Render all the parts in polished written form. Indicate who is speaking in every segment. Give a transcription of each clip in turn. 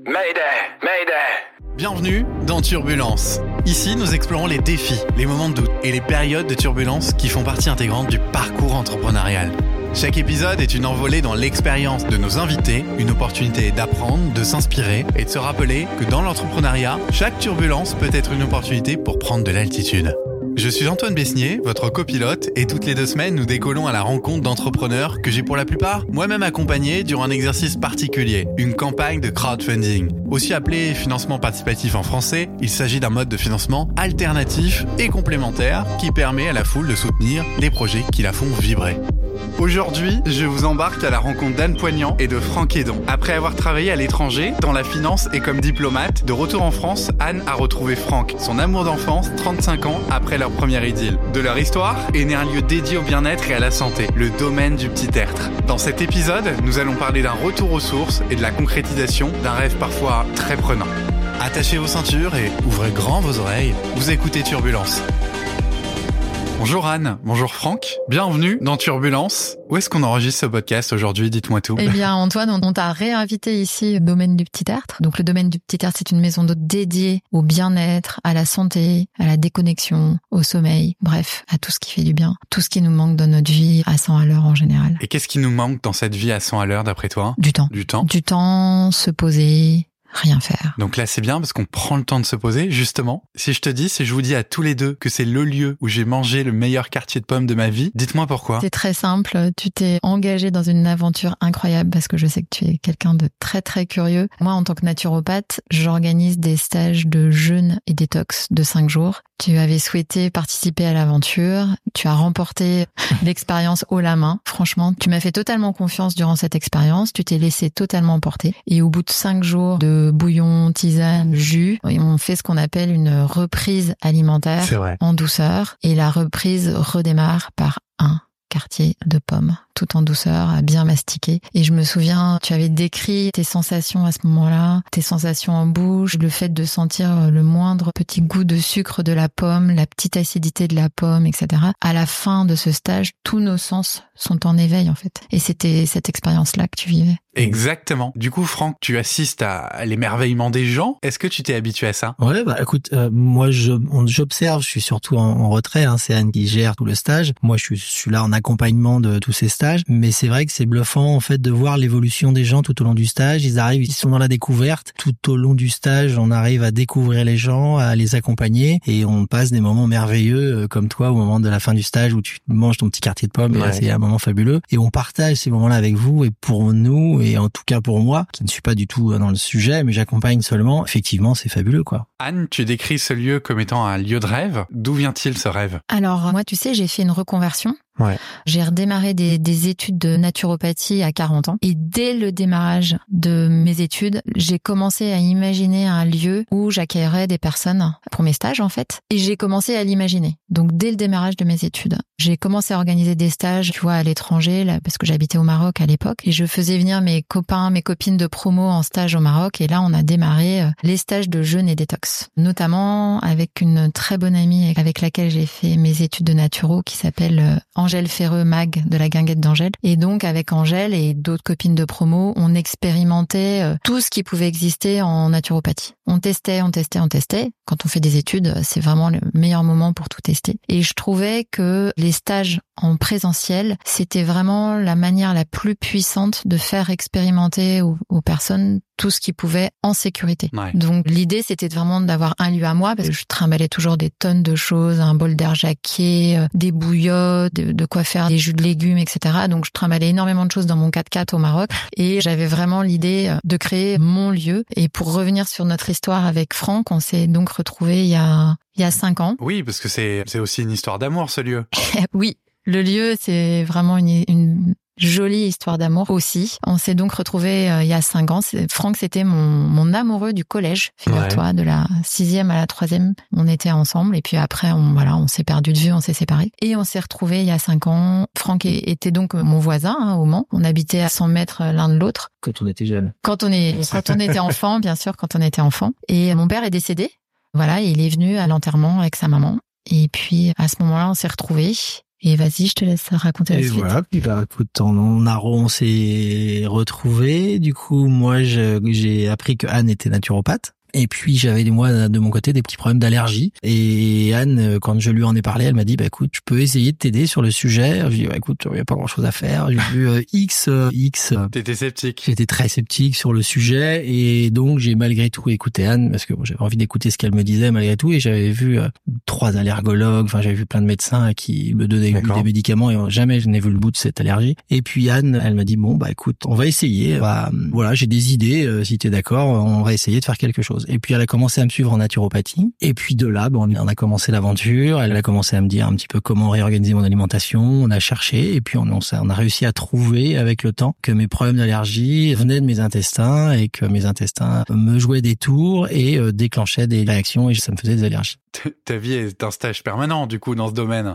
Speaker 1: Mayday, Mayday.
Speaker 2: Bienvenue dans Turbulence. Ici, nous explorons les défis, les moments de doute et les périodes de turbulence qui font partie intégrante du parcours entrepreneurial. Chaque épisode est une envolée dans l'expérience de nos invités, une opportunité d'apprendre, de s'inspirer et de se rappeler que dans l'entrepreneuriat, chaque turbulence peut être une opportunité pour prendre de l'altitude. Je suis Antoine Besnier, votre copilote, et toutes les 2 semaines, nous décollons à la rencontre d'entrepreneurs que j'ai pour la plupart moi-même accompagnés durant un exercice particulier, une campagne de crowdfunding. Aussi appelé financement participatif en français, il s'agit d'un mode de financement alternatif et complémentaire qui permet à la foule de soutenir les projets qui la font vibrer. Aujourd'hui, je vous embarque à la rencontre d'Anne Poignant et de Franck Hédon. Après avoir travaillé à l'étranger, dans la finance et comme diplomate, de retour en France, Anne a retrouvé Franck, son amour d'enfance, 35 ans après leur première idylle. De leur histoire est né un lieu dédié au bien-être et à la santé, le domaine du petit être. Dans cet épisode, nous allons parler d'un retour aux sources et de la concrétisation d'un rêve parfois très prenant. Attachez vos ceintures et ouvrez grand vos oreilles, vous écoutez Turbulence. Bonjour Anne, bonjour Franck, bienvenue dans Turbulence. Où est-ce qu'on enregistre ce podcast aujourd'hui? Dites-moi tout.
Speaker 3: Eh bien Antoine, on t'a réinvité ici au domaine du petit être. Donc le domaine du petit être, c'est une maison d'hôte dédiée au bien-être, à la santé, à la déconnexion, au sommeil, bref, à tout ce qui fait du bien, tout ce qui nous manque dans notre vie à 100 à l'heure en général.
Speaker 2: Et qu'est-ce qui nous manque dans cette vie à 100 à l'heure d'après toi?
Speaker 3: Du temps.
Speaker 2: Du temps.
Speaker 3: Du temps, se poser, rien faire.
Speaker 2: Donc là, c'est bien parce qu'on prend le temps de se poser, justement. Si je vous dis à tous les deux que c'est le lieu où j'ai mangé le meilleur quartier de pommes de ma vie, dites-moi pourquoi.
Speaker 3: C'est très simple. Tu t'es engagé dans une aventure incroyable parce que je sais que tu es quelqu'un de très très curieux. Moi, en tant que naturopathe, j'organise des stages de jeûne et détox de 5 jours. Tu avais souhaité participer à l'aventure. Tu as remporté l'expérience haut la main. Franchement, tu m'as fait totalement confiance durant cette expérience. Tu t'es laissé totalement emporter. Et au bout de 5 jours de bouillon, tisane, jus, on fait ce qu'on appelle une reprise alimentaire en douceur. Et la reprise redémarre par un quartier de pommes, tout en douceur, à bien mastiquer. Et je me souviens, tu avais décrit tes sensations à ce moment-là, tes sensations en bouche, le fait de sentir le moindre petit goût de sucre de la pomme, la petite acidité de la pomme, etc. À la fin de ce stage, tous nos sens sont en éveil, en fait. Et c'était cette expérience-là que tu vivais.
Speaker 2: Exactement. Du coup, Franck, tu assistes à l'émerveillement des gens. Est-ce que tu t'es habitué à ça?
Speaker 4: Ouais, écoute, moi, j'observe, je suis surtout en retrait, hein, c'est Anne qui gère tout le stage. Moi, je suis là en accompagnement de tous ces stages. Mais c'est vrai que c'est bluffant, en fait, de voir l'évolution des gens tout au long du stage. Ils sont dans la découverte. Tout au long du stage, on arrive à découvrir les gens, à les accompagner. Et on passe des moments merveilleux, comme toi, au moment de la fin du stage où tu manges ton petit quartier de pommes. Ouais. Et là, c'est un moment fabuleux. Et on partage ces moments-là avec vous. Et pour nous, et en tout cas pour moi, qui ne suis pas du tout dans le sujet, mais j'accompagne seulement, effectivement, c'est fabuleux, quoi.
Speaker 2: Anne, tu décris ce lieu comme étant un lieu de rêve. D'où vient-il ce rêve?
Speaker 3: Alors, moi, tu sais, j'ai fait une reconversion.
Speaker 4: Ouais.
Speaker 3: J'ai redémarré des études de naturopathie à 40 ans. Et dès le démarrage de mes études, j'ai commencé à imaginer un lieu où j'accueillerais des personnes pour mes stages, en fait. Et j'ai commencé à l'imaginer. Donc, dès le démarrage de mes études, j'ai commencé à organiser des stages, tu vois, à l'étranger, là, parce que j'habitais au Maroc à l'époque. Et je faisais venir mes copains, mes copines de promo en stage au Maroc. Et là, on a démarré les stages de jeûne et détox. Notamment avec une très bonne amie avec laquelle j'ai fait mes études de naturo qui s'appelle Angèle Ferreux, Mag de la Guinguette d'Angèle. Et donc, avec Angèle et d'autres copines de promo, on expérimentait tout ce qui pouvait exister en naturopathie. On testait. Quand on fait des études, c'est vraiment le meilleur moment pour tout tester. Et je trouvais que les stages en présentiel, c'était vraiment la manière la plus puissante de faire expérimenter aux personnes tout ce qu'ils pouvaient en sécurité.
Speaker 2: Ouais.
Speaker 3: Donc l'idée, c'était vraiment d'avoir un lieu à moi, parce que je trimballais toujours des tonnes de choses, un bol d'air jaqué, des bouillottes, de quoi faire des jus de légumes, etc. Donc je trimballais énormément de choses dans mon 4x4 au Maroc, et j'avais vraiment l'idée de créer mon lieu. Et pour revenir sur notre histoire avec Franck, on s'est donc retrouvés il y a 5 ans.
Speaker 2: Oui, parce que c'est aussi une histoire d'amour, ce lieu.
Speaker 3: Oui, le lieu, c'est vraiment une jolie histoire d'amour aussi. On s'est donc retrouvés il y a 5 ans. Franck, c'était mon amoureux du collège, figure-toi, ouais. De la 6e à la 3e. On était ensemble et puis après, on s'est perdu de vue, on s'est séparés. Et on s'est retrouvés il y a 5 ans. Franck était donc mon voisin au Mans. On habitait à 100 mètres l'un de l'autre.
Speaker 4: Quand on était jeune.
Speaker 3: Quand on était enfant, bien sûr, quand on était enfant. Et mon père est décédé. Voilà, il est venu à l'enterrement avec sa maman. Et puis, à ce moment-là, on s'est retrouvés. Et vas-y, je te laisse raconter la suite.
Speaker 4: Et voilà, puis écoute, on s'est retrouvés. Du coup, moi, j'ai appris que Anne était naturopathe. Et puis j'avais moi de mon côté des petits problèmes d'allergie. Et Anne, quand je lui en ai parlé, elle m'a dit écoute, je peux essayer de t'aider sur le sujet. Je lui ai dit écoute, il y a pas grand-chose à faire. J'ai vu X.
Speaker 2: T'étais sceptique.
Speaker 4: J'étais très sceptique sur le sujet et donc j'ai malgré tout écouté Anne parce que j'avais envie d'écouter ce qu'elle me disait malgré tout, et j'avais vu 3 allergologues, enfin j'avais vu plein de médecins qui me donnaient des médicaments et jamais je n'ai vu le bout de cette allergie. Et puis Anne, elle m'a dit écoute, on va essayer. Voilà, j'ai des idées, si t'es d'accord, on va essayer de faire quelque chose. Et puis elle a commencé à me suivre en naturopathie. Et puis de là, on a commencé l'aventure. Elle a commencé à me dire un petit peu comment réorganiser mon alimentation. On a cherché et puis on a réussi à trouver avec le temps que mes problèmes d'allergie venaient de mes intestins et que mes intestins me jouaient des tours et déclenchaient des réactions et ça me faisait des allergies.
Speaker 2: Ta vie est un stage permanent du coup dans ce domaine.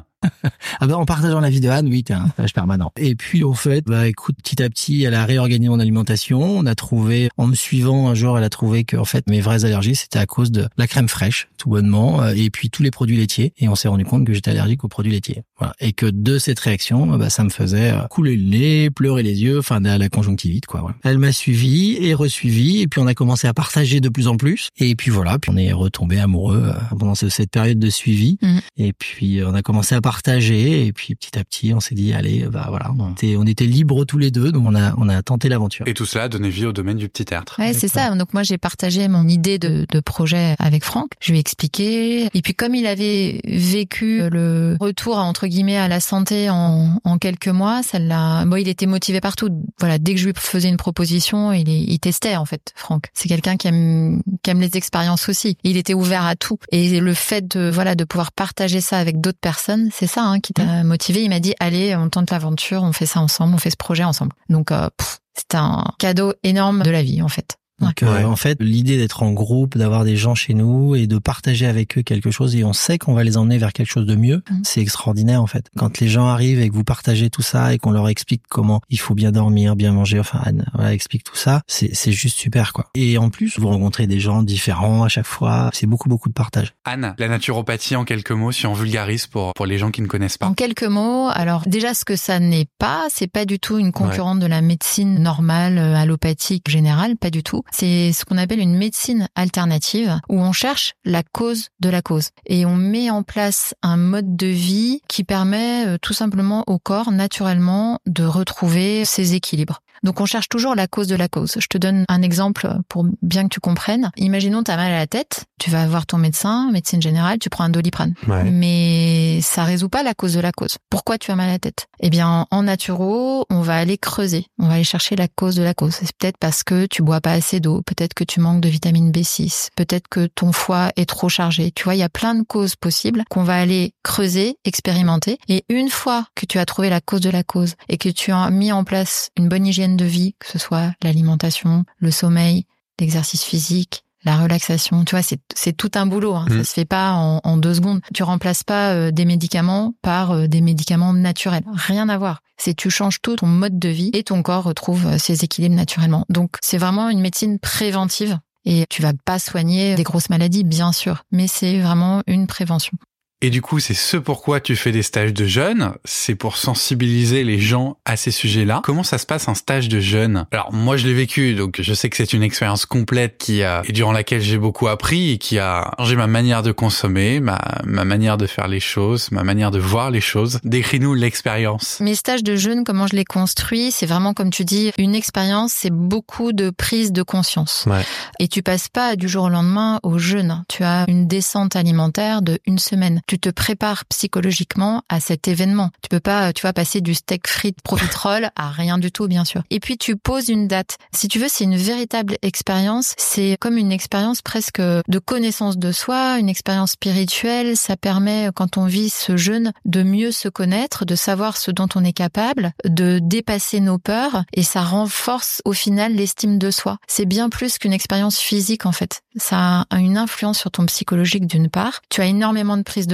Speaker 4: En partageant la vie de Anne, oui, t'es un stage permanent. Et puis, en fait, écoute, petit à petit, elle a réorganisé mon alimentation. On a trouvé, en me suivant un jour, elle a trouvé que, en fait, mes vraies allergies, c'était à cause de la crème fraîche, tout bonnement, et puis tous les produits laitiers. Et on s'est rendu compte que j'étais allergique aux produits laitiers. Voilà. Et que de cette réaction, ça me faisait couler le nez, pleurer les yeux, enfin, la conjonctivite, quoi. Voilà. Elle m'a suivi et resuivi, et puis on a commencé à partager de plus en plus. Et puis voilà, puis on est retombé amoureux pendant cette période de suivi. Et puis on a commencé à partager, et puis petit à petit on s'est dit allez, voilà, on était libres tous les deux, donc on a tenté l'aventure.
Speaker 2: Et tout cela a donné vie au domaine du petit tertre.
Speaker 3: Ouais, c'est ça. Donc moi j'ai partagé mon idée de projet avec Franck. Je lui ai expliqué, et puis comme il avait vécu le retour entre guillemets à la santé en quelques mois, il était motivé partout. Voilà, dès que je lui faisais une proposition, il testait en fait. Franck, c'est quelqu'un qui aime les expériences aussi. Il était ouvert à tout, et le fait de pouvoir partager ça avec d'autres personnes, c'est ça qui t'a motivé. Il m'a dit allez, on tente l'aventure, on fait ça ensemble, on fait ce projet ensemble. Donc c'est un cadeau énorme de la vie en fait.
Speaker 4: Donc en fait, l'idée d'être en groupe, d'avoir des gens chez nous et de partager avec eux quelque chose, et on sait qu'on va les emmener vers quelque chose de mieux, c'est extraordinaire en fait. Quand les gens arrivent et que vous partagez tout ça et qu'on leur explique comment il faut bien dormir, bien manger, enfin Anne, explique tout ça, c'est juste super quoi. Et en plus, vous rencontrez des gens différents à chaque fois, c'est beaucoup de partage.
Speaker 2: Anne, la naturopathie en quelques mots, si on vulgarise pour les gens qui ne connaissent pas.
Speaker 3: En quelques mots, alors déjà ce que ça n'est pas, c'est pas du tout une concurrente de la médecine normale, allopathique, générale, pas du tout. C'est ce qu'on appelle une médecine alternative où on cherche la cause de la cause. Et on met en place un mode de vie qui permet tout simplement au corps, naturellement, de retrouver ses équilibres. Donc on cherche toujours la cause de la cause. Je te donne un exemple pour bien que tu comprennes. Imaginons tu as mal à la tête, tu vas voir ton médecine générale, tu prends un Doliprane. Ouais. Mais ça résout pas la cause de la cause. Pourquoi tu as mal à la tête ? Eh bien, en naturo, on va aller creuser. On va aller chercher la cause de la cause. C'est peut-être parce que tu bois pas assez d'eau, peut-être que tu manques de vitamine B6, peut-être que ton foie est trop chargé. Tu vois, il y a plein de causes possibles qu'on va aller creuser, expérimenter. Et une fois que tu as trouvé la cause de la cause et que tu as mis en place une bonne hygiène de vie, que ce soit l'alimentation, le sommeil, l'exercice physique, la relaxation, tu vois, c'est tout un boulot. Ça se fait pas en 2 secondes. Tu remplaces pas des médicaments par des médicaments naturels. Rien à voir. C'est tu changes tout ton mode de vie et ton corps retrouve ses équilibres naturellement. Donc c'est vraiment une médecine préventive et tu vas pas soigner des grosses maladies, bien sûr, mais c'est vraiment une prévention.
Speaker 2: Et du coup, c'est ce pourquoi tu fais des stages de jeunes, c'est pour sensibiliser les gens à ces sujets-là. Comment ça se passe un stage de jeunes ? Alors moi, je l'ai vécu, donc je sais que c'est une expérience complète et durant laquelle j'ai beaucoup appris et qui a changé ma manière de consommer, ma manière de faire les choses, ma manière de voir les choses. Décris-nous l'expérience.
Speaker 3: Mes stages de jeunes, comment je les construis, c'est vraiment, comme tu dis, une expérience, c'est beaucoup de prise de conscience. Ouais. Et tu passes pas du jour au lendemain au jeûne. Tu as une descente alimentaire de 1 semaine. Tu te prépares psychologiquement à cet événement. Tu peux pas, tu vois, passer du steak frites profiterole à rien du tout, bien sûr. Et puis, tu poses une date. Si tu veux, c'est une véritable expérience. C'est comme une expérience presque de connaissance de soi, une expérience spirituelle. Ça permet, quand on vit ce jeûne, de mieux se connaître, de savoir ce dont on est capable, de dépasser nos peurs, et ça renforce au final l'estime de soi. C'est bien plus qu'une expérience physique, en fait. Ça a une influence sur ton psychologique d'une part. Tu as énormément de prise de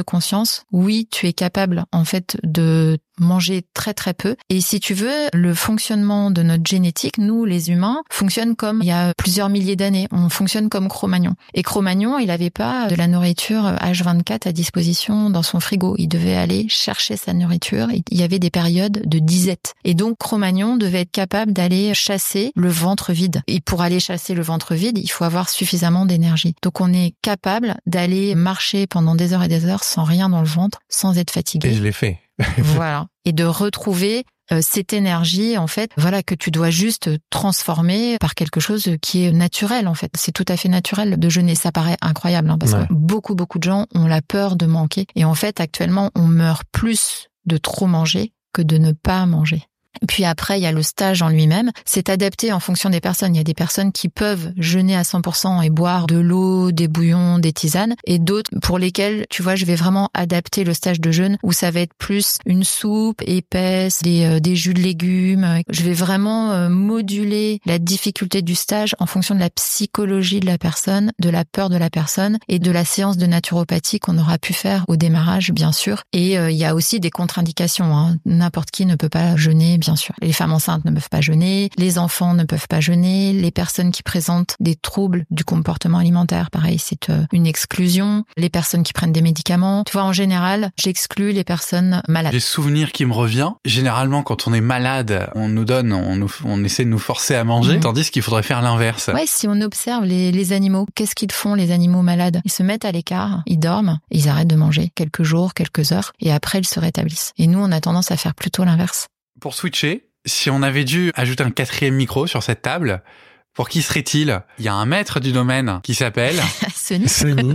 Speaker 3: conscience, oui, tu es capable en fait de manger très très peu. Et si tu veux, le fonctionnement de notre génétique, nous les humains, fonctionne comme il y a plusieurs milliers d'années. On fonctionne comme Cro-Magnon. Et Cro-Magnon, il n'avait pas de la nourriture H24 à disposition dans son frigo. Il devait aller chercher sa nourriture. Il y avait des périodes de disette. Et donc Cro-Magnon devait être capable d'aller chasser le ventre vide. Et pour aller chasser le ventre vide, il faut avoir suffisamment d'énergie. Donc on est capable d'aller marcher pendant des heures et des heures sans rien dans le ventre, sans être fatigué.
Speaker 2: Et je l'ai fait.
Speaker 3: Voilà. Et de retrouver cette énergie, en fait, voilà, que tu dois juste transformer par quelque chose qui est naturel, en fait. C'est tout à fait naturel de jeûner. Ça paraît incroyable, hein, parce que beaucoup de gens ont la peur de manquer. Et en fait, actuellement, on meurt plus de trop manger que de ne pas manger. Puis après, il y a le stage en lui-même. C'est adapté en fonction des personnes. Il y a des personnes qui peuvent jeûner à 100% et boire de l'eau, des bouillons, des tisanes. Et d'autres pour lesquelles, tu vois, je vais vraiment adapter le stage de jeûne où ça va être plus une soupe épaisse, des jus de légumes. Je vais vraiment moduler la difficulté du stage en fonction de la psychologie de la personne, de la peur de la personne et de la séance de naturopathie qu'on aura pu faire au démarrage, bien sûr. Et il y a aussi des contre-indications, hein. N'importe qui ne peut pas jeûner, bien sûr. Les femmes enceintes ne peuvent pas jeûner, les enfants ne peuvent pas jeûner, les personnes qui présentent des troubles du comportement alimentaire, pareil, c'est une exclusion. Les personnes qui prennent des médicaments. Tu vois, en général, j'exclus les personnes malades.
Speaker 2: J'ai souvenir qui me revient. Généralement, quand on est malade, on essaie de nous forcer à manger, tandis qu'il faudrait faire l'inverse.
Speaker 3: Ouais, si on observe les animaux, qu'est-ce qu'ils font, les animaux malades? Ils se mettent à l'écart, ils dorment, ils arrêtent de manger quelques jours, quelques heures, et après ils se rétablissent. Et nous, on a tendance à faire plutôt l'inverse.
Speaker 2: Pour switcher, si on avait dû ajouter un 4e micro sur cette table, pour qui serait-il? Il y a un maître du domaine qui s'appelle
Speaker 3: Sony.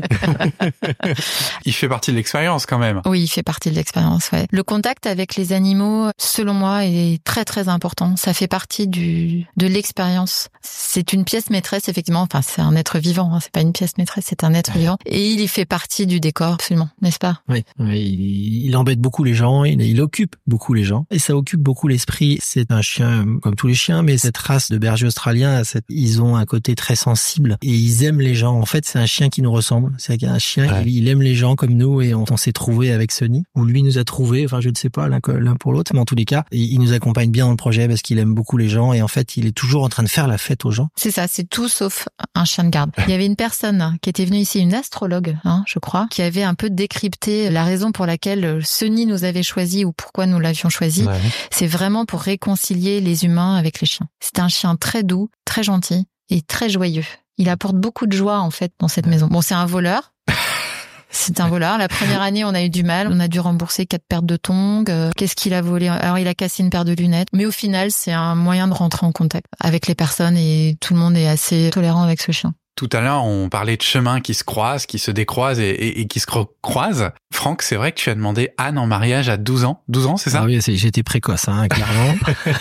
Speaker 2: Il fait partie de l'expérience quand même.
Speaker 3: Oui, il fait partie de l'expérience, ouais. Le contact avec les animaux, selon moi, est très très important. Ça fait partie de l'expérience. C'est une pièce maîtresse, effectivement. Enfin, c'est un être vivant, hein. C'est pas une pièce maîtresse, c'est un être vivant. Et il y fait partie du décor, absolument, n'est-ce pas?
Speaker 4: Oui, il embête beaucoup les gens, il occupe beaucoup les gens. Et ça occupe beaucoup l'esprit. C'est un chien, comme tous les chiens, mais cette race de berger australien, ils ont un côté très sensible et ils aiment les gens. En fait, c'est un chien qui nous ressemble. C'est un chien, il aime les gens comme nous et on s'est trouvé avec Sony, ou lui nous a trouvé, enfin je ne sais pas, l'un pour l'autre, mais en tous les cas, il nous accompagne bien dans le projet parce qu'il aime beaucoup les gens et en fait, il est toujours en train de faire la fête aux gens.
Speaker 3: C'est ça, c'est tout sauf un chien de garde. Il y avait une personne qui était venue ici, une astrologue, je crois, qui avait un peu décrypté la raison pour laquelle Sony nous avait choisi ou pourquoi nous l'avions choisi. Ouais. C'est vraiment pour réconcilier les humains avec les chiens. C'est un chien très doux, très gentil et très joyeux. Il apporte beaucoup de joie, en fait, dans cette maison. Bon, c'est un voleur. C'est un voleur. La première année, on a eu du mal. On a dû rembourser 4 paires de tongs. Qu'est-ce qu'il a volé? Alors, il a cassé une paire de lunettes. Mais au final, c'est un moyen de rentrer en contact avec les personnes et tout le monde est assez tolérant avec ce chien.
Speaker 2: Tout à l'heure, on parlait de chemins qui se croisent, qui se décroisent et qui se recroisent. Franck, c'est vrai que tu as demandé Anne en mariage à 12 ans. 12 ans, c'est ça?
Speaker 4: Ah oui, j'étais précoce, clairement.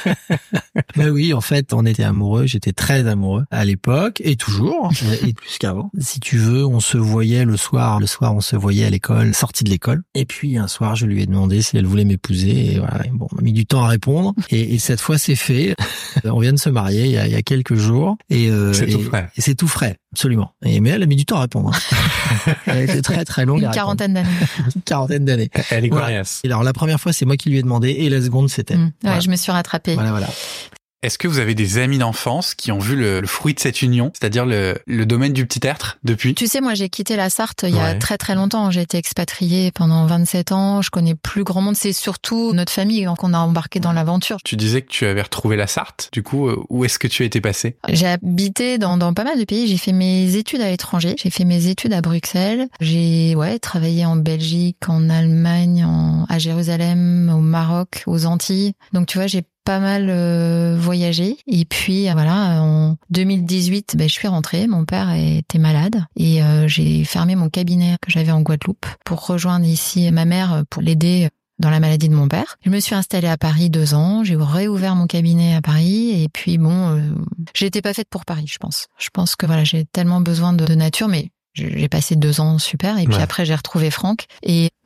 Speaker 4: Bah oui, en fait, on était amoureux. J'étais très amoureux à l'époque et toujours, et plus qu'avant. Si tu veux, on se voyait le soir. Le soir, on se voyait à l'école, sortie de l'école. Et puis, un soir, je lui ai demandé si elle voulait m'épouser. Et voilà. Bon, on a mis du temps à répondre. Et cette fois, c'est fait. On vient de se marier il y a quelques jours.
Speaker 2: C'est tout frais.
Speaker 4: Et c'est tout frais. Absolument. Mais elle a mis du temps à répondre. Elle a été très très longue.
Speaker 3: Une quarantaine
Speaker 4: d'années.
Speaker 2: Elle est coriace.
Speaker 4: Et alors la première fois, c'est moi qui lui ai demandé et la seconde, c'était.
Speaker 3: Ouais, je me suis rattrapée.
Speaker 4: Voilà.
Speaker 2: Est-ce que vous avez des amis d'enfance qui ont vu le fruit de cette union, c'est-à-dire le domaine du petit tertre depuis?
Speaker 3: Tu sais, moi, j'ai quitté la Sarthe il y a très très longtemps. J'ai été expatriée pendant 27 ans. Je connais plus grand monde. C'est surtout notre famille qu'on a embarqué dans l'aventure.
Speaker 2: Tu disais que tu avais retrouvé la Sarthe. Du coup, où est-ce que tu étais passée? J'ai
Speaker 3: habité dans pas mal de pays. J'ai fait mes études à l'étranger. J'ai fait mes études à Bruxelles. J'ai travaillé en Belgique, en Allemagne, à Jérusalem, au Maroc, aux Antilles. Donc tu vois, j'ai pas mal voyagé et puis en 2018 je suis rentrée, mon père était malade et j'ai fermé mon cabinet que j'avais en Guadeloupe pour rejoindre ici ma mère pour l'aider dans la maladie de mon père. Je me suis installée à Paris 2 ans, j'ai réouvert mon cabinet à Paris et puis j'étais pas faite pour Paris, je pense. Je pense que j'ai tellement besoin de nature, mais j'ai passé 2 ans super et puis après j'ai retrouvé Franck et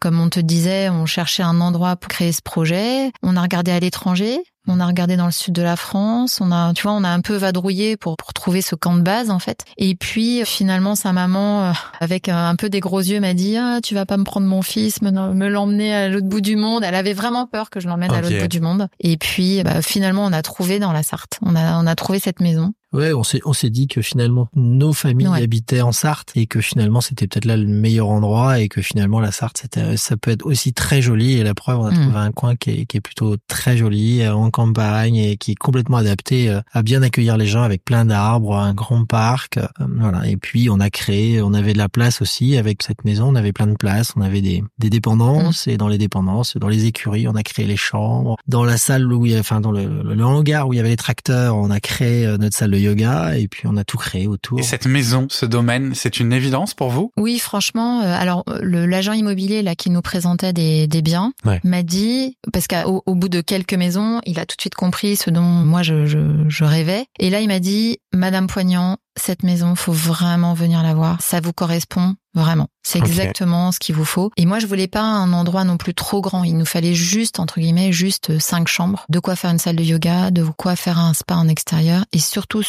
Speaker 3: comme on te disait, on cherchait un endroit pour créer ce projet. On a regardé à l'étranger. On a regardé dans le sud de la France, on a un peu vadrouillé pour trouver ce camp de base, en fait. Et puis, finalement, sa maman, avec un peu des gros yeux, m'a dit, tu vas pas me prendre mon fils, me l'emmener à l'autre bout du monde. Elle avait vraiment peur que je l'emmène à l'autre bout du monde. Et puis, finalement, on a trouvé dans la Sarthe. On a trouvé cette maison.
Speaker 4: Ouais, on s'est dit que finalement nos familles habitaient en Sarthe et que finalement c'était peut-être là le meilleur endroit et que finalement la Sarthe ça peut être aussi très joli et la preuve on a trouvé un coin qui est plutôt très joli en campagne et qui est complètement adapté à bien accueillir les gens avec plein d'arbres, un grand parc, voilà. Et puis on avait de la place aussi avec cette maison, on avait plein de places, on avait des dépendances et dans les dépendances, dans les écuries, on a créé les chambres, dans la salle dans le hangar où il y avait les tracteurs, on a créé notre salle de yoga et puis on a tout créé autour.
Speaker 2: Et cette maison, ce domaine, c'est une évidence pour vous?
Speaker 3: Oui, franchement. Alors l'agent immobilier là qui nous présentait des biens m'a dit, parce qu'au bout de quelques maisons, il a tout de suite compris ce dont moi je rêvais. Et là il m'a dit, Madame Poignant, cette maison, faut vraiment venir la voir. Ça vous correspond vraiment. C'est exactement ce qu'il vous faut. Et moi, je voulais pas un endroit non plus trop grand. Il nous fallait juste, entre guillemets, 5 chambres. De quoi faire une salle de yoga, de quoi faire un spa en extérieur et surtout,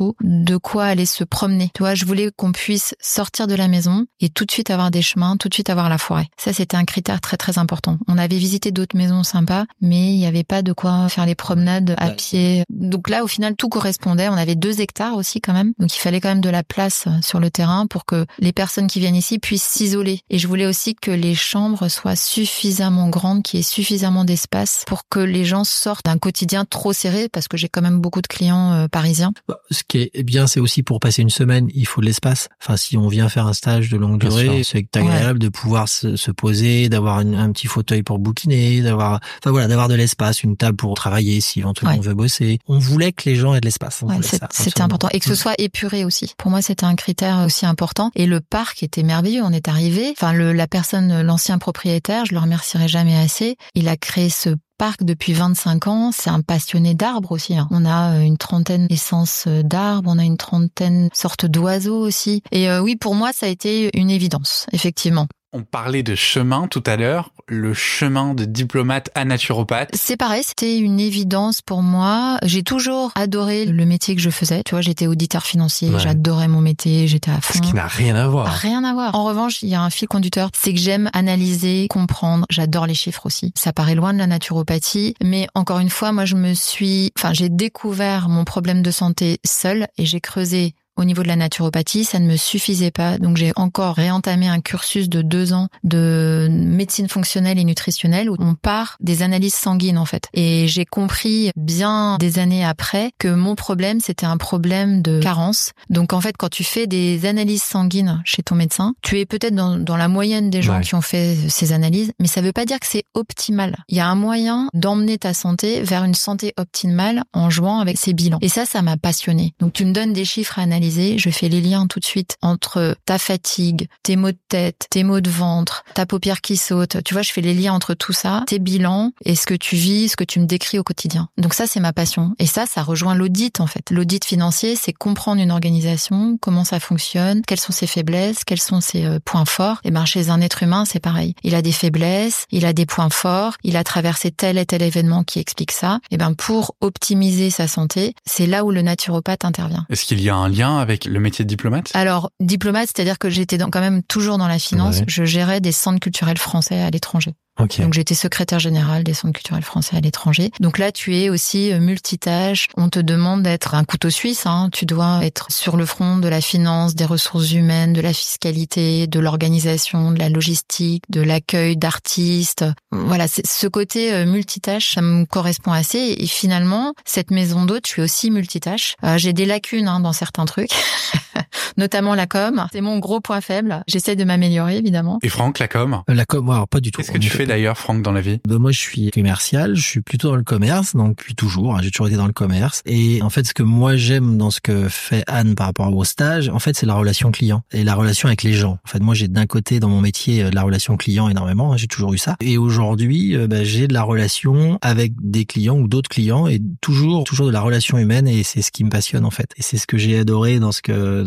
Speaker 3: de quoi aller se promener. Tu vois, je voulais qu'on puisse sortir de la maison et tout de suite avoir des chemins, tout de suite avoir la forêt. Ça, c'était un critère très, très important. On avait visité d'autres maisons sympas, mais il n'y avait pas de quoi faire les promenades à pied. Donc là, au final, tout correspondait. On avait 2 hectares aussi quand même. Donc il fallait quand même de la place sur le terrain pour que les personnes qui viennent ici puissent s'isoler. Et je voulais aussi que les chambres soient suffisamment grandes, qu'il y ait suffisamment d'espace pour que les gens sortent d'un quotidien trop serré, parce que j'ai quand même beaucoup de clients parisiens.
Speaker 4: Ce qui est bien, c'est aussi pour passer une semaine, il faut de l'espace. Enfin, si on vient faire un stage de longue durée, c'est agréable de pouvoir se poser, d'avoir un petit fauteuil pour bouquiner, d'avoir de l'espace, une table pour travailler si éventuellement on veut bosser. On voulait que les gens aient de l'espace.
Speaker 3: C'était important. Et que ce soit épuré aussi. Pour moi, c'était un critère aussi important. Et le parc était merveilleux. On est arrivé. Enfin, l'ancien propriétaire, je le remercierai jamais assez. Il a créé ce parc depuis 25 ans. C'est un passionné d'arbres aussi. On a une 30aine d'essences d'arbres. On a une 30aine sortes d'oiseaux aussi. Et oui, pour moi, ça a été une évidence, effectivement.
Speaker 2: On parlait de chemin tout à l'heure, le chemin de diplomate à naturopathe.
Speaker 3: C'est pareil, c'était une évidence pour moi. J'ai toujours adoré le métier que je faisais. Tu vois, j'étais auditeur financier, j'adorais mon métier, j'étais à fond.
Speaker 2: Ce qui n'a rien à voir.
Speaker 3: Rien à voir. En revanche, il y a un fil conducteur, c'est que j'aime analyser, comprendre. J'adore les chiffres aussi. Ça paraît loin de la naturopathie, mais encore une fois, moi j'ai découvert mon problème de santé seule et j'ai creusé. Au niveau de la naturopathie, ça ne me suffisait pas. Donc, j'ai encore réentamé un cursus de 2 ans de médecine fonctionnelle et nutritionnelle où on part des analyses sanguines, en fait. Et j'ai compris bien des années après que mon problème, c'était un problème de carence. Donc, en fait, quand tu fais des analyses sanguines chez ton médecin, tu es peut-être dans la moyenne des gens qui ont fait ces analyses, mais ça veut pas dire que c'est optimal. Il y a un moyen d'emmener ta santé vers une santé optimale en jouant avec ces bilans. Et ça m'a passionnée. Donc, tu me donnes des chiffres à analyser. Je fais les liens tout de suite entre ta fatigue, tes maux de tête, tes maux de ventre, ta paupière qui saute. Tu vois, je fais les liens entre tout ça, tes bilans et ce que tu vis, ce que tu me décris au quotidien. Donc ça, c'est ma passion. Et ça rejoint l'audit, en fait. L'audit financier, c'est comprendre une organisation, comment ça fonctionne, quelles sont ses faiblesses, quels sont ses points forts. Et chez un être humain, c'est pareil. Il a des faiblesses, il a des points forts, il a traversé tel et tel événement qui explique ça. Et pour optimiser sa santé, c'est là où le naturopathe intervient.
Speaker 2: Est-ce qu'il y a un lien avec le métier de diplomate? Alors,
Speaker 3: diplomate, c'est-à-dire que j'étais quand même toujours dans la finance. Je gérais des centres culturels français à l'étranger. Donc j'étais secrétaire générale des centres culturels français à l'étranger. Donc là, tu es aussi multitâche. On te demande d'être un couteau suisse. Tu dois être sur le front de la finance, des ressources humaines, de la fiscalité, de l'organisation, de la logistique, de l'accueil d'artistes. Voilà, ce côté multitâche, ça me correspond assez. Et finalement, cette maison d'hôte, je suis aussi multitâche. J'ai des lacunes dans certains trucs, notamment la com. C'est mon gros point faible. J'essaie de m'améliorer, évidemment.
Speaker 2: Et Franck, la com?
Speaker 4: La com, alors pas du tout.
Speaker 2: Qu'est-ce que tu fais d'ailleurs, Franck, dans la vie?
Speaker 4: Moi, je suis commercial, je suis plutôt dans le commerce, donc depuis toujours, j'ai toujours été dans le commerce. Et en fait, ce que moi j'aime dans ce que fait Anne par rapport au stage, en fait, c'est la relation client et la relation avec les gens. En fait, moi, j'ai d'un côté dans mon métier de la relation client énormément, j'ai toujours eu ça. Et aujourd'hui, j'ai de la relation avec des clients ou d'autres clients et toujours de la relation humaine et c'est ce qui me passionne en fait. Et c'est ce que j'ai adoré dans ce que Anne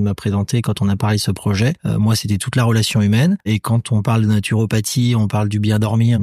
Speaker 4: m'a présenté quand on a parlé de ce projet. Moi, c'était toute la relation humaine. Et quand on parle de naturopathie, on parle du bien dormir,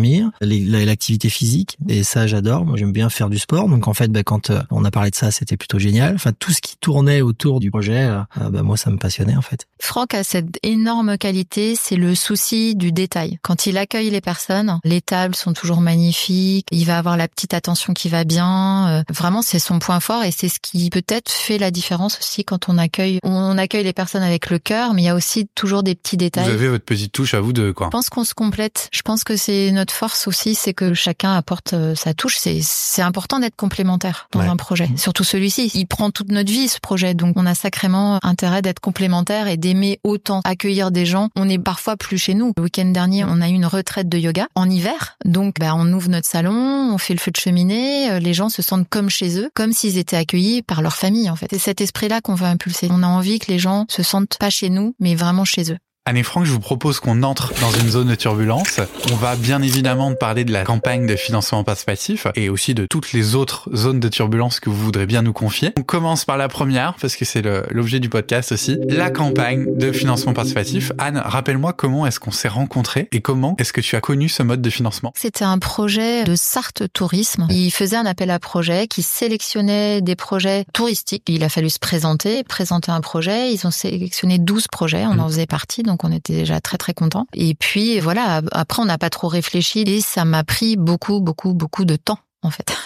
Speaker 4: l'activité physique. Et ça, j'adore. Moi, j'aime bien faire du sport. Donc, en fait, quand on a parlé de ça, c'était plutôt génial. Enfin, tout ce qui tournait autour du projet, moi, ça me passionnait, en fait.
Speaker 3: Franck a cette énorme qualité, c'est le souci du détail. Quand il accueille les personnes, les tables sont toujours magnifiques. Il va avoir la petite attention qui va bien. Vraiment, c'est son point fort et c'est ce qui peut-être fait la différence aussi quand on accueille les personnes avec le cœur, mais il y a aussi toujours des petits détails.
Speaker 2: Vous avez votre petite touche à vous deux, quoi.
Speaker 3: Je pense qu'on se complète. Je pense que c'est notre force aussi, c'est que chacun apporte sa touche. C'est important d'être complémentaire dans un projet. Surtout celui-ci. Il prend toute notre vie, ce projet. Donc, on a sacrément intérêt d'être complémentaire et d'aimer autant accueillir des gens. On est parfois plus chez nous. Le week-end dernier, on a eu une retraite de yoga en hiver. Donc, on ouvre notre salon, on fait le feu de cheminée. Les gens se sentent comme chez eux, comme s'ils étaient accueillis par leur famille, en fait. C'est cet esprit-là qu'on veut impulser. On a envie que les gens se sentent pas chez nous, mais vraiment chez eux.
Speaker 2: Anne et Franck, je vous propose qu'on entre dans une zone de turbulence. On va bien évidemment parler de la campagne de financement participatif et aussi de toutes les autres zones de turbulence que vous voudrez bien nous confier. On commence par la première, parce que c'est l'objet du podcast aussi, la campagne de financement participatif. Anne, rappelle-moi comment est-ce qu'on s'est rencontrés et comment est-ce que tu as connu ce mode de financement?
Speaker 3: C'était un projet de Sarthe Tourisme. Il faisait un appel à projets qui sélectionnait des projets touristiques. Il a fallu se présenter un projet. Ils ont sélectionné 12 projets. On en faisait partie. Donc on était déjà très très contents. Et puis voilà, après on n'a pas trop réfléchi et ça m'a pris beaucoup de temps en fait.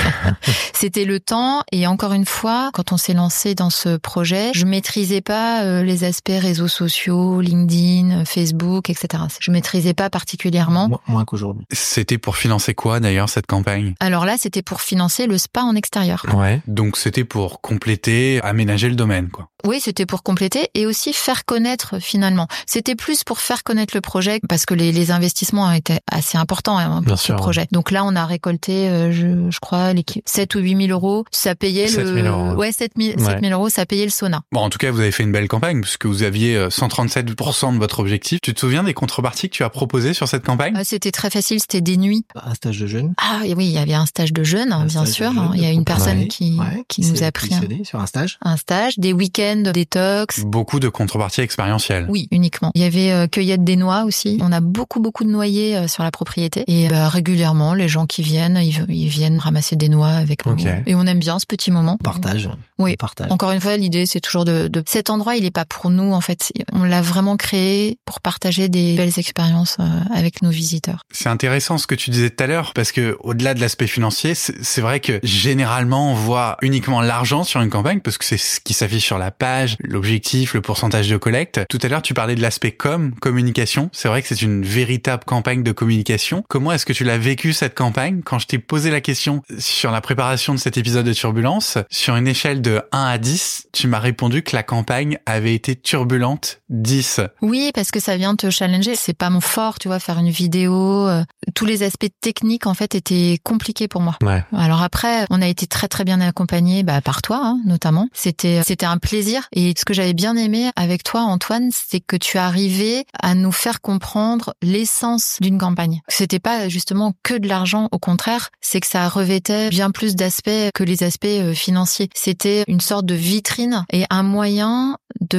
Speaker 3: C'était le temps et encore une fois, quand on s'est lancé dans ce projet, je maîtrisais pas les aspects réseaux sociaux, LinkedIn, Facebook, etc. Je maîtrisais pas particulièrement.
Speaker 4: Moins qu'aujourd'hui.
Speaker 2: C'était pour financer quoi d'ailleurs cette campagne?
Speaker 3: Alors là, c'était pour financer le spa en extérieur.
Speaker 2: Ouais. Donc c'était pour compléter, aménager le domaine, quoi.
Speaker 3: Oui, c'était pour compléter et aussi faire connaître finalement. C'était plus pour faire connaître le projet parce que les investissements étaient assez importants pour ce projet. Donc là, on a récolté, je crois, 7 ou 8 000 euros. Ça payait
Speaker 2: 7 000 euros.
Speaker 3: Ouais, 7 000 euros, ça payait le sauna.
Speaker 2: Bon, en tout cas, vous avez fait une belle campagne puisque vous aviez 137% de votre objectif. Tu te souviens des contreparties que tu as proposées sur cette campagne?
Speaker 3: C'était très facile, c'était des nuits.
Speaker 4: Un stage de jeûne.
Speaker 3: Ah oui, il y avait un stage de jeûne, bien sûr. Il y a une personne qui nous a pris
Speaker 4: sur un stage.
Speaker 3: Un stage, des week-ends détox.
Speaker 2: Beaucoup de contreparties expérientielles.
Speaker 3: Oui, uniquement. Il y avait cueillette des noix aussi. On a beaucoup de noyers sur la propriété. Et régulièrement, les gens qui viennent, ils viennent ramasser des noix avec nous. Et on aime bien ce petit moment.
Speaker 4: Partage.
Speaker 3: Oui. Partage. Encore une fois, l'idée, c'est toujours de cet endroit, il est pas pour nous, en fait. On l'a vraiment créé pour partager des belles expériences avec nos visiteurs.
Speaker 2: C'est intéressant ce que tu disais tout à l'heure, parce que au-delà de l'aspect financier, c'est vrai que généralement, on voit uniquement l'argent sur une campagne, parce que c'est ce qui s'affiche sur la page, l'objectif, le pourcentage de collecte. Tout à l'heure, tu parlais de l'aspect communication. C'est vrai que c'est une véritable campagne de communication. Comment est-ce que tu l'as vécu cette campagne? Quand je t'ai posé la question sur la préparation de cet épisode de Turbulence, sur une échelle de 1 à 10, tu m'as répondu que la campagne avait été turbulente 10.
Speaker 3: Oui, parce que ça vient te challenger. C'est pas mon fort, tu vois, faire une vidéo. Tous les aspects techniques, en fait, étaient compliqués pour moi. Ouais. Alors après, on a été très très bien accompagnés, par toi, notamment. C'était un plaisir. Et ce que j'avais bien aimé avec toi, Antoine, c'est que tu arrivais à nous faire comprendre l'essence d'une campagne. C'était pas justement que de l'argent, au contraire, c'est que ça revêtait bien plus d'aspects que les aspects financiers. C'était une sorte de vitrine et un moyen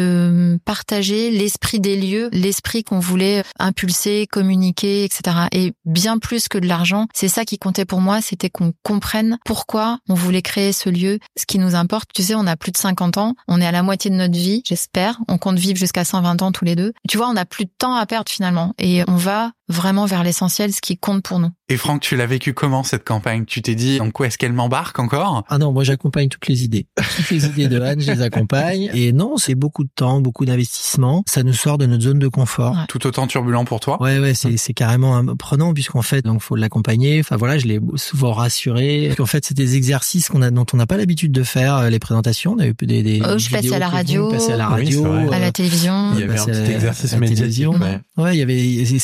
Speaker 3: de partager l'esprit des lieux, l'esprit qu'on voulait impulser, communiquer, etc. Et bien plus que de l'argent, c'est ça qui comptait pour moi, c'était qu'on comprenne pourquoi on voulait créer ce lieu. Ce qui nous importe, tu sais, on a plus de 50 ans, on est à la moitié de notre vie, j'espère. On compte vivre jusqu'à 120 ans tous les deux. Tu vois, on n'a plus de temps à perdre finalement. Et on va vraiment vers l'essentiel, ce qui compte pour nous.
Speaker 2: Et Franck, tu l'as vécu comment cette campagne? Tu t'es dit, en quoi est-ce qu'elle m'embarque encore?
Speaker 4: Ah non, moi j'accompagne toutes les idées. Toutes les idées de Anne, je les accompagne. Et non, c'est beaucoup de temps, beaucoup d'investissement. Ça nous sort de notre zone de confort.
Speaker 2: Ouais. Tout autant turbulent pour toi?
Speaker 4: Ouais, c'est carrément prenant puisqu'en fait, donc faut l'accompagner. Enfin voilà, je l'ai souvent rassuré. Parce qu'en fait, c'est des exercices dont on n'a pas l'habitude de faire, les présentations. On a eu des
Speaker 3: je passais à la radio,
Speaker 4: à la
Speaker 3: à la télévision.
Speaker 2: Il y avait un petit exercice médiatique.
Speaker 4: Ouais, il y avait cet exercice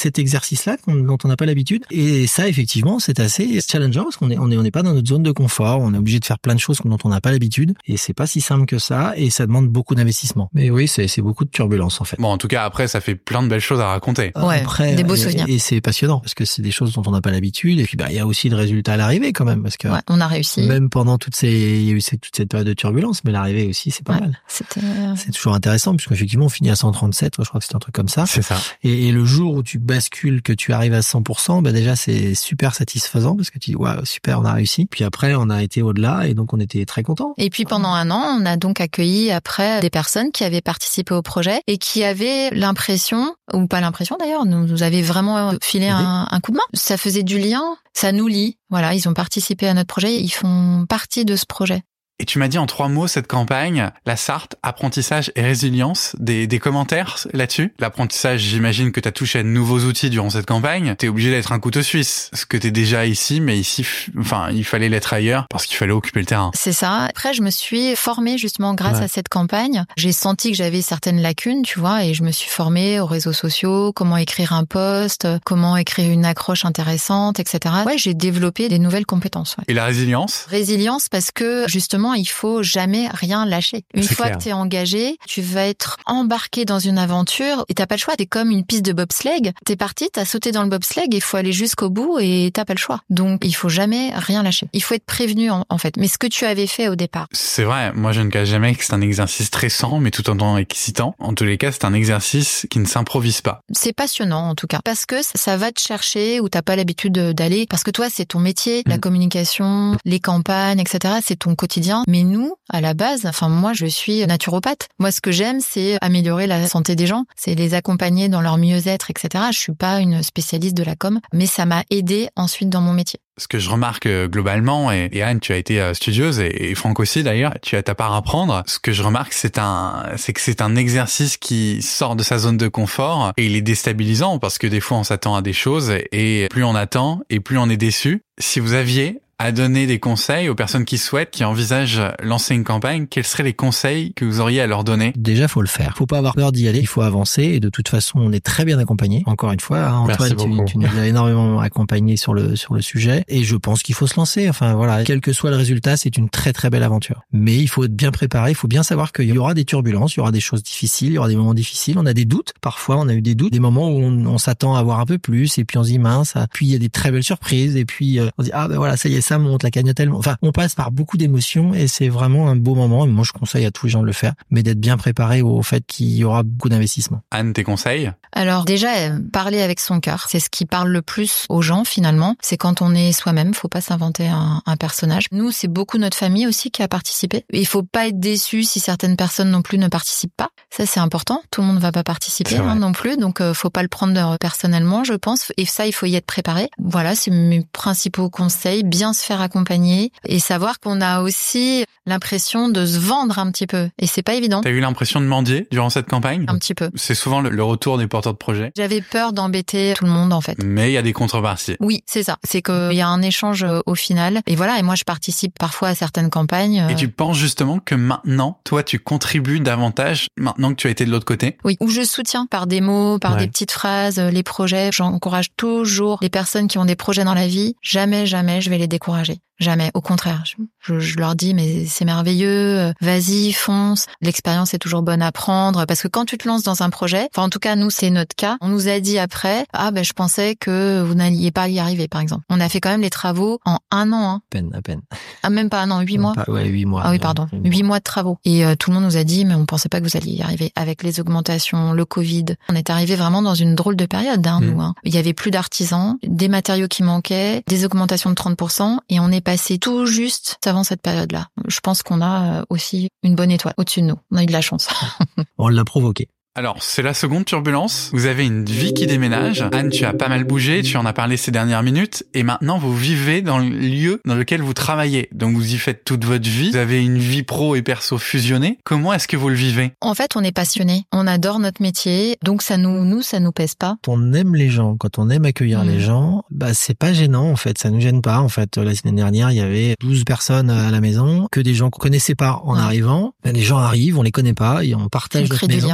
Speaker 4: exercice-là dont on n'a pas l'habitude. Et ça, effectivement, c'est assez challengeant parce qu'on n'est pas dans notre zone de confort. On est obligé de faire plein de choses dont on n'a pas l'habitude. Et c'est pas si simple que ça. Et ça demande beaucoup d'investissement. Mais oui, c'est beaucoup de turbulence, en fait.
Speaker 2: Bon, en tout cas, après, ça fait plein de belles choses à raconter.
Speaker 3: Ouais,
Speaker 4: après,
Speaker 3: des beaux souvenirs.
Speaker 4: Et c'est passionnant parce que c'est des choses dont on n'a pas l'habitude. Et puis, il y a aussi le résultat à l'arrivée quand même parce que
Speaker 3: on a réussi.
Speaker 4: Même pendant toute cette période de turbulence, mais l'arrivée aussi, c'est pas mal. C'est toujours intéressant puisqu'effectivement, on finit à 137. Je crois que c'est un truc comme ça.
Speaker 2: C'est ça.
Speaker 4: Et le jour où tu bascules, que tu arrives à 100%, déjà, c'est super satisfaisant parce que tu dis, waouh, super, on a réussi. Puis après, on a été au-delà et donc on était très contents.
Speaker 3: Et puis pendant un an, on a donc accueilli après des personnes qui avaient participé au projet et qui avaient l'impression, ou pas l'impression d'ailleurs, nous avaient vraiment filé un coup de main. Ça faisait du lien, ça nous lie. Voilà, ils ont participé à notre projet, ils font partie de ce projet.
Speaker 2: Et tu m'as dit en 3 mots cette campagne, la Sarthe, apprentissage et résilience, des commentaires là-dessus. L'apprentissage, j'imagine que tu as touché à de nouveaux outils durant cette campagne. T'es obligé d'être un couteau suisse, ce que t'es déjà ici, mais ici, il fallait l'être ailleurs parce qu'il fallait occuper le terrain.
Speaker 3: C'est ça. Après, je me suis formée justement grâce à cette campagne. J'ai senti que j'avais certaines lacunes, tu vois, et je me suis formée aux réseaux sociaux, comment écrire un post, comment écrire une accroche intéressante, etc. Ouais, j'ai développé des nouvelles compétences. Ouais.
Speaker 2: Et la résilience?
Speaker 3: Résilience parce que justement, il faut jamais rien lâcher. Une fois
Speaker 2: clair.
Speaker 3: que t'es engagé, tu vas être embarqué dans une aventure et t'as pas le choix. T'es comme une piste de bobsleigh. T'es parti, t'as sauté dans le bobsleigh, il faut aller jusqu'au bout et t'as pas le choix. Donc, il faut jamais rien lâcher. Il faut être prévenu en fait. Mais ce que tu avais fait au départ.
Speaker 2: C'est vrai. Moi, je ne cache jamais que c'est un exercice stressant, mais tout en étant excitant. En tous les cas, c'est un exercice qui ne s'improvise pas.
Speaker 3: C'est passionnant, en tout cas. Parce que ça va te chercher où t'as pas l'habitude d'aller. Parce que toi, c'est ton métier, la communication, les campagnes, etc. C'est ton quotidien. Mais nous, à la base, moi, je suis naturopathe. Moi, ce que j'aime, c'est améliorer la santé des gens. C'est les accompagner dans leur mieux-être, etc. Je suis pas une spécialiste de la com, mais ça m'a aidé ensuite dans mon métier.
Speaker 2: Ce que je remarque globalement, et Anne, tu as été studieuse, et Franck aussi d'ailleurs, tu as ta part à prendre. Ce que je remarque, c'est que c'est un exercice qui sort de sa zone de confort, et il est déstabilisant parce que des fois on s'attend à des choses, et plus on attend, et plus on est déçu. Si vous aviez à donner des conseils aux personnes qui souhaitent, qui envisagent lancer une campagne, quels seraient les conseils que vous auriez à leur donner? Déjà,
Speaker 4: faut le faire. Faut pas avoir peur d'y aller. Il faut avancer. Et de toute façon, on est très bien accompagné. Encore une fois, Antoine, tu nous as énormément accompagné sur le sujet. Et je pense qu'il faut se lancer. Quel que soit le résultat, c'est une très très belle aventure. Mais il faut être bien préparé. Il faut bien savoir qu'il y aura des turbulences, il y aura des choses difficiles, il y aura des moments difficiles. On a des doutes. Parfois, on a eu des doutes. Des moments où on s'attend à avoir un peu plus. Et puis on se dit mince. Puis il y a des très belles surprises. Et puis on se dit ça y est, ça monte, la cagnotte tellement. On passe par beaucoup d'émotions et c'est vraiment un beau moment. Et moi, je conseille à tous les gens de le faire, mais d'être bien préparé au fait qu'il y aura beaucoup d'investissement.
Speaker 2: Anne, tes conseils?
Speaker 3: Alors déjà, parler avec son cœur, c'est ce qui parle le plus aux gens finalement. C'est quand on est soi-même, faut pas s'inventer un personnage. Nous, c'est beaucoup notre famille aussi qui a participé. Il faut pas être déçu si certaines personnes non plus ne participent pas. Ça, c'est important. Tout le monde va pas participer non plus, donc faut pas le prendre personnellement, je pense. Et ça, il faut y être préparé. Voilà, c'est mes principaux conseils. Bien se faire accompagner et savoir qu'on a aussi l'impression de se vendre un petit peu. Et c'est pas évident.
Speaker 2: T'as eu l'impression de mendier durant cette campagne?
Speaker 3: Un petit peu.
Speaker 2: C'est souvent le retour des porteurs de projets.
Speaker 3: J'avais peur d'embêter tout le monde, en fait.
Speaker 2: Mais il y a des contreparties. Oui,
Speaker 3: c'est ça. C'est qu'il y a un échange au final. Et voilà. Et moi, je participe parfois à certaines campagnes.
Speaker 2: Et tu penses justement que maintenant, toi, tu contribues davantage maintenant que tu as été de l'autre côté?
Speaker 3: Oui. Ou je soutiens par des mots, par des petites phrases, les projets. J'encourage toujours les personnes qui ont des projets dans la vie. Jamais je vais les décourager. Jamais. Au contraire. Je leur dis, mais c'est merveilleux. Vas-y, fonce. L'expérience est toujours bonne à prendre. Parce que quand tu te lances dans un projet, en tout cas, nous, c'est notre cas. On nous a dit après, je pensais que vous n'alliez pas y arriver, par exemple. On a fait quand même les travaux en 1 an,
Speaker 4: À peine.
Speaker 3: Ah, même pas 1 an, 8 mois.
Speaker 4: 8 mois.
Speaker 3: Ah oui, pardon. 8 mois de travaux. Et tout le monde nous a dit, mais on pensait pas que vous alliez y arriver. Avec les augmentations, le Covid. On est arrivé vraiment dans une drôle de période, nous. Il y avait plus d'artisans, des matériaux qui manquaient, des augmentations de 30%, et on est passé tout juste avant cette période-là. Je pense qu'on a aussi une bonne étoile au-dessus de nous. On a eu de la chance.
Speaker 4: On l'a provoqué.
Speaker 2: Alors, c'est la seconde turbulence. Vous avez une vie qui déménage. Anne, tu as pas mal bougé, tu en as parlé ces dernières minutes. Et maintenant, vous vivez dans le lieu dans lequel vous travaillez. Donc, vous y faites toute votre vie. Vous avez une vie pro et perso fusionnée. Comment est-ce que vous le vivez?
Speaker 3: En fait, on est passionné. On adore notre métier. Donc, ça nous pèse pas.
Speaker 4: Quand on aime les gens, quand on aime accueillir les gens, c'est pas gênant, en fait. Ça nous gêne pas, en fait. La semaine dernière, il y avait 12 personnes à la maison, que des gens qu'on connaissait pas en arrivant. Les gens arrivent, on les connaît pas, et on partage notre maison. Et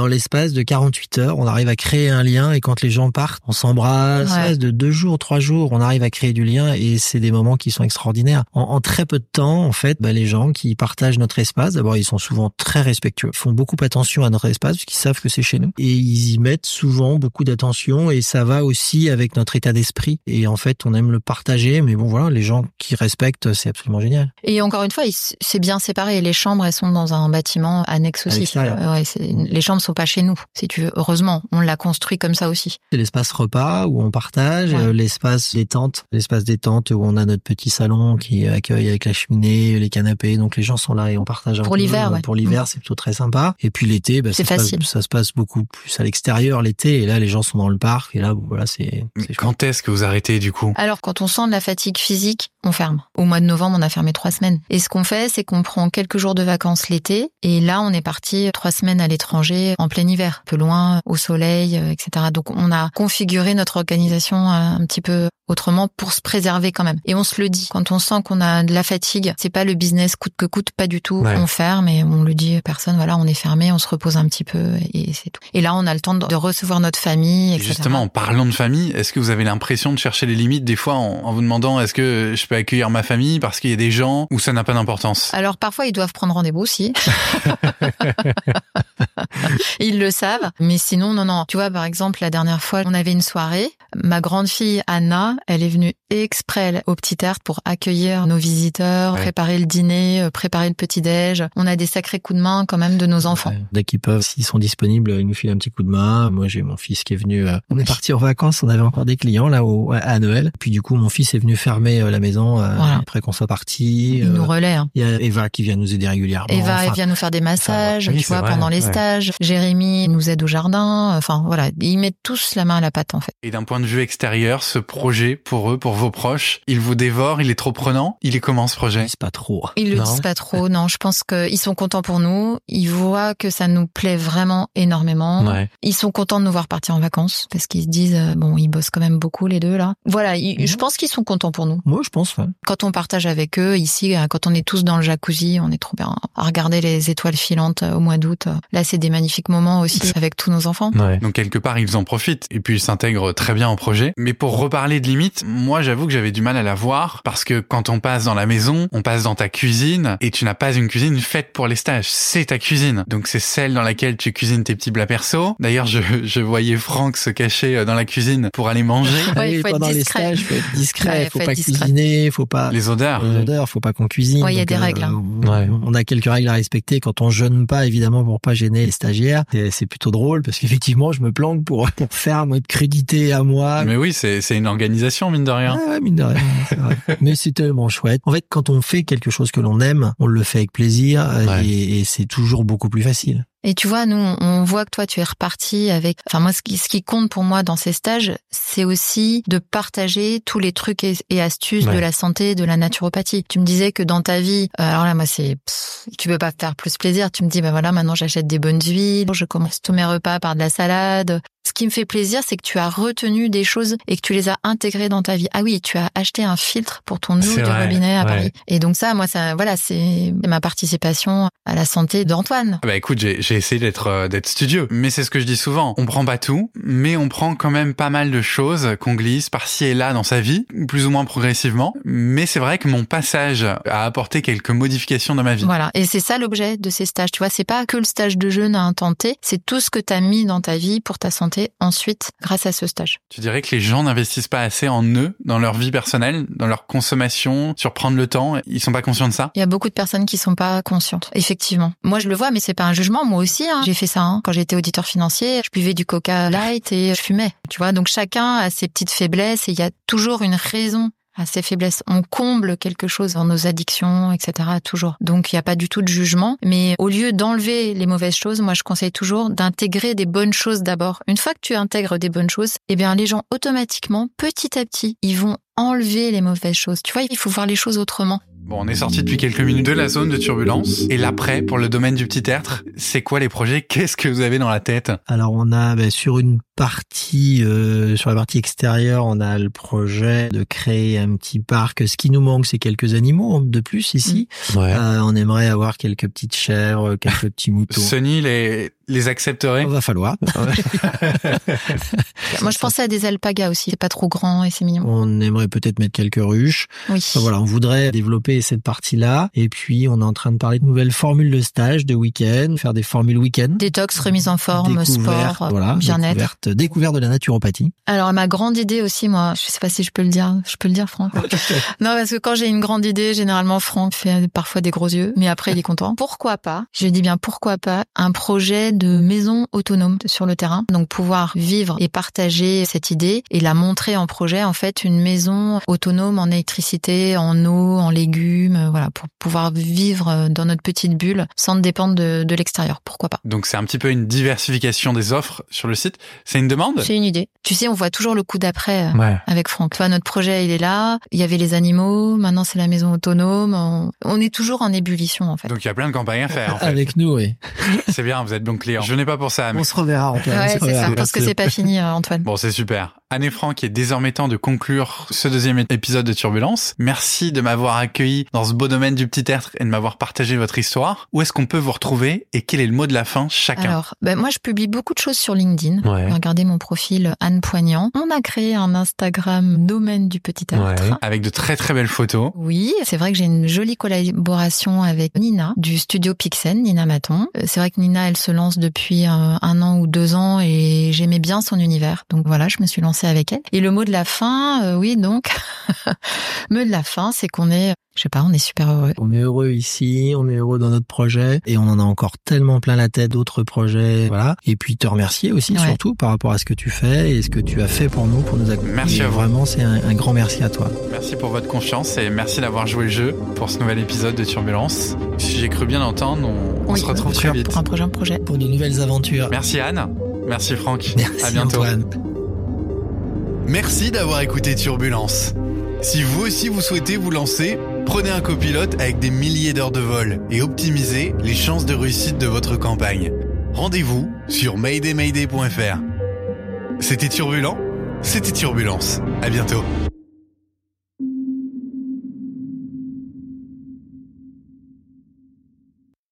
Speaker 4: dans l'espace de 48 heures, on arrive à créer un lien et quand les gens partent, on s'embrasse. De 2 jours, 3 jours, on arrive à créer du lien et c'est des moments qui sont extraordinaires. En très peu de temps, en fait, les gens qui partagent notre espace, d'abord, ils sont souvent très respectueux. Ils font beaucoup attention à notre espace parce qu'ils savent que c'est chez nous et ils y mettent souvent beaucoup d'attention et ça va aussi avec notre état d'esprit et en fait, on aime le partager mais bon voilà, les gens qui respectent, c'est absolument génial.
Speaker 3: Et encore une fois, c'est bien séparé. Les chambres, elles sont dans un bâtiment annexe aussi. Les chambres sont pas chez nous, si tu veux. Heureusement, on l'a construit comme ça aussi.
Speaker 4: C'est l'espace repas où on partage, l'espace détente où on a notre petit salon qui accueille avec la cheminée, les canapés, donc les gens sont là et on partage un peu.
Speaker 3: Pour l'hiver,
Speaker 4: Pour l'hiver, c'est plutôt très sympa. Et puis l'été, ça se passe beaucoup plus à l'extérieur l'été et là les gens sont dans le parc et là voilà, c'est
Speaker 2: Quand est-ce que vous arrêtez du coup?
Speaker 3: Alors quand on sent de la fatigue physique, on ferme. Au mois de novembre, on a fermé 3 semaines. Et ce qu'on fait, c'est qu'on prend quelques jours de vacances l'été et là on est parti 3 semaines à l'étranger en plein hiver, un peu loin, au soleil, etc. Donc on a configuré notre organisation un petit peu autrement pour se préserver quand même. Et on se le dit. Quand on sent qu'on a de la fatigue, c'est pas le business coûte que coûte, pas du tout. On ferme et on le dit à personne, voilà, on est fermé, on se repose un petit peu et c'est tout. Et là, on a le temps de recevoir notre famille, etc.
Speaker 2: Justement, en parlant de famille, est-ce que vous avez l'impression de chercher les limites des fois en vous demandant est-ce que je peux accueillir ma famille parce qu'il y a des gens où ça n'a pas d'importance?
Speaker 3: Alors parfois, ils doivent prendre rendez-vous aussi. Ils le savent. Mais sinon, non. Tu vois, par exemple, la dernière fois, on avait une soirée. Ma grande fille, Anna, elle est venue exprès au Petit Tertre pour accueillir nos visiteurs, préparer le dîner, préparer le petit-déj. On a des sacrés coups de main quand même de nos enfants.
Speaker 4: Dès qu'ils peuvent, s'ils sont disponibles, ils nous filent un petit coup de main. Moi, j'ai mon fils qui est venu. On est parti en vacances, on avait encore des clients là à Noël. Puis du coup, mon fils est venu fermer la maison après qu'on soit parti.
Speaker 3: Il nous relaie.
Speaker 4: Il y a Eva qui vient nous aider régulièrement.
Speaker 3: Elle vient nous faire des massages, tu vois, pendant les stages. Jérémy nous aide au jardin. Enfin, voilà, ils mettent tous la main à la pâte en fait.
Speaker 2: Et d'un point de vue extérieur, ce projet pour eux, pour vos proches, il vous dévore, il est trop prenant. Il est comment ce projet?
Speaker 4: Ils disent pas trop.
Speaker 3: Ils le disent pas trop. Non, je pense qu'ils sont contents pour nous. Ils voient que ça nous plaît vraiment énormément. Ils sont contents de nous voir partir en vacances parce qu'ils se disent ils bossent quand même beaucoup les deux là. Voilà, je pense qu'ils sont contents pour nous.
Speaker 4: Moi, je pense.
Speaker 3: Quand on partage avec eux ici, quand on est tous dans le jacuzzi, on est trop bien à regarder les étoiles filantes au mois d'août. Là, c'est des magnifiques moments aussi avec tous nos enfants.
Speaker 2: Donc quelque part, ils en profitent et puis ils s'intègrent très bien au projet. Mais pour reparler de limites, moi, j'avoue que j'avais du mal à la voir parce que quand on passe dans la maison, on passe dans ta cuisine et tu n'as pas une cuisine faite pour les stages. C'est ta cuisine. Donc c'est celle dans laquelle tu cuisines tes petits plats perso. D'ailleurs, je voyais Franck se cacher dans la cuisine pour aller manger.
Speaker 4: Pendant les stages, faut être discret. Faut pas cuisiner, faut pas...
Speaker 2: Les odeurs,
Speaker 4: faut pas qu'on cuisine.
Speaker 3: Il y a des règles.
Speaker 4: On a quelques règles à respecter. Quand on jeûne pas, évidemment, pour pas gêner les stagiaires. Et c'est plutôt drôle parce qu'effectivement, je me planque pour faire notre crédité à moi.
Speaker 2: Mais oui, c'est une organisation, mine de rien.
Speaker 4: Mine de rien, c'est vrai. Mais c'est tellement chouette. En fait, quand on fait quelque chose que l'on aime, on le fait avec plaisir et c'est toujours beaucoup plus facile.
Speaker 3: Et tu vois, nous, on voit que toi, tu es reparti avec... Enfin, moi, ce qui compte pour moi dans ces stages, c'est aussi de partager tous les trucs et astuces de la santé, de la naturopathie. Tu me disais que dans ta vie... alors là, moi, tu peux pas faire plus plaisir. Tu me dis, voilà, maintenant, j'achète des bonnes huiles, je commence tous mes repas par de la salade. Ce qui me fait plaisir, c'est que tu as retenu des choses et que tu les as intégrées dans ta vie. Ah oui, tu as acheté un filtre pour ton eau du robinet à Paris. Et donc ça, moi, c'est ma participation à la santé d'Antoine.
Speaker 2: Écoute, j'ai essayé d'être studieux, mais c'est ce que je dis souvent. On prend pas tout, mais on prend quand même pas mal de choses qu'on glisse par-ci et là dans sa vie, plus ou moins progressivement. Mais c'est vrai que mon passage a apporté quelques modifications dans ma vie.
Speaker 3: Voilà. Et c'est ça l'objet de ces stages. Tu vois, c'est pas que le stage de jeûne à un temps T, c'est tout ce que t'as mis dans ta vie pour ta santé ensuite grâce à ce stage.
Speaker 2: Tu dirais que les gens n'investissent pas assez en eux, dans leur vie personnelle, dans leur consommation, sur prendre le temps, ils sont pas conscients de ça?
Speaker 3: Il y a beaucoup de personnes qui sont pas conscientes, effectivement. Moi je le vois, mais c'est pas un jugement, moi aussi j'ai fait ça quand j'étais auditeur financier, je buvais du Coca Light et je fumais. Tu vois, donc chacun a ses petites faiblesses et il y a toujours une raison à ses faiblesses. On comble quelque chose dans nos addictions, etc. toujours. Donc, il n'y a pas du tout de jugement. Mais au lieu d'enlever les mauvaises choses, moi, je conseille toujours d'intégrer des bonnes choses d'abord. Une fois que tu intègres des bonnes choses, eh bien, les gens, automatiquement, petit à petit, ils vont enlever les mauvaises choses. Tu vois, il faut voir les choses autrement.
Speaker 2: Bon, on est sorti depuis quelques minutes de la zone de turbulence. Et l'après, pour le domaine du Petit Tertre, c'est quoi les projets? Qu'est-ce que vous avez dans la tête?
Speaker 4: Alors, on a sur une partie, sur la partie extérieure, on a le projet de créer un petit parc. Ce qui nous manque, c'est quelques animaux de plus ici. On aimerait avoir quelques petites chèvres, quelques petits moutons.
Speaker 2: Sunny, les accepterait?
Speaker 4: Va falloir.
Speaker 3: Moi, je pensais à des alpagas aussi. C'est pas trop grand et c'est mignon.
Speaker 4: On aimerait peut-être mettre quelques ruches.
Speaker 3: Oui.
Speaker 4: Enfin, voilà, on voudrait développer cette partie-là. Et puis, on est en train de parler de nouvelles formules de stage, de week-end, faire des formules week-end.
Speaker 3: Détox, remise en forme, sport,
Speaker 4: voilà,
Speaker 3: bien-être.
Speaker 4: Découverte de la naturopathie.
Speaker 3: Alors, ma grande idée aussi, moi, je sais pas si je peux le dire. Je peux le dire, Franck? Non, parce que quand j'ai une grande idée, généralement, Franck fait parfois des gros yeux, mais après, il est content. Pourquoi pas, je dis bien pourquoi pas, un projet de maison autonome sur le terrain. Donc, pouvoir vivre et partager cette idée et la montrer en projet, en fait, une maison autonome en électricité, en eau, en légumes, voilà, pour pouvoir vivre dans notre petite bulle sans dépendre de l'extérieur. Pourquoi pas?
Speaker 2: Donc, c'est un petit peu une diversification des offres sur le site. C'est une demande?
Speaker 3: C'est une idée. Tu sais, on voit toujours le coup d'après
Speaker 2: Ouais.
Speaker 3: avec Franck. Tu vois, notre projet, il est là. Il y avait les animaux. Maintenant, c'est la maison autonome. On est toujours en ébullition, en fait.
Speaker 2: Donc, il y a plein de campagnes à faire, en fait.
Speaker 4: Avec nous, oui.
Speaker 2: C'est bien, vous êtes bon client. Je n'ai pas pour ça, mais...
Speaker 4: On se reverra, en fait.
Speaker 3: Ouais, c'est ça. Parce que c'est pas fini, Antoine.
Speaker 2: Bon, c'est super. Anne et Franck, il est désormais temps de conclure ce deuxième épisode de Turbulence. Merci de m'avoir accueilli dans ce beau domaine du petit être et de m'avoir partagé votre histoire. Où est-ce qu'on peut vous retrouver et quel est le mot de la fin chacun?
Speaker 3: Alors, moi, je publie beaucoup de choses sur LinkedIn.
Speaker 2: Ouais.
Speaker 3: Regardez mon profil Anne Poignant. On a créé un Instagram domaine du petit être.
Speaker 2: Ouais. Avec de très très belles photos.
Speaker 3: Oui, c'est vrai que j'ai une jolie collaboration avec Nina du studio Pixen, Nina Maton. C'est vrai que Nina, elle se lance depuis 1 an ou 2 ans et j'aimais bien son univers. Donc voilà, je me suis lancée avec elle. Et le mot de la fin, oui, donc, le mot de la fin, c'est qu'on est, je sais pas, on est super heureux.
Speaker 4: On est heureux ici, on est heureux dans notre projet et on en a encore tellement plein la tête d'autres projets, voilà. Et puis te remercier aussi,
Speaker 3: Ouais.
Speaker 4: surtout par rapport à ce que tu fais et ce que tu as fait pour nous, pour nous accompagner.
Speaker 2: Merci à vous.
Speaker 4: Vraiment, c'est un grand merci à toi.
Speaker 2: Merci pour votre confiance et merci d'avoir joué le jeu pour ce nouvel épisode de Turbulence. Si j'ai cru bien entendre, on
Speaker 3: Oui,
Speaker 2: se retrouve
Speaker 4: bien
Speaker 2: très
Speaker 4: sûr,
Speaker 2: vite.
Speaker 3: Pour un prochain projet.
Speaker 4: Pour de nouvelles aventures.
Speaker 2: Merci Anne. Merci Franck.
Speaker 4: Merci
Speaker 2: À bientôt.
Speaker 4: Antoine.
Speaker 2: Merci d'avoir écouté Turbulence. Si vous aussi vous souhaitez vous lancer, prenez un copilote avec des milliers d'heures de vol et optimisez les chances de réussite de votre campagne. Rendez-vous sur mayday.fr. C'était Turbulent, c'était Turbulence. À bientôt.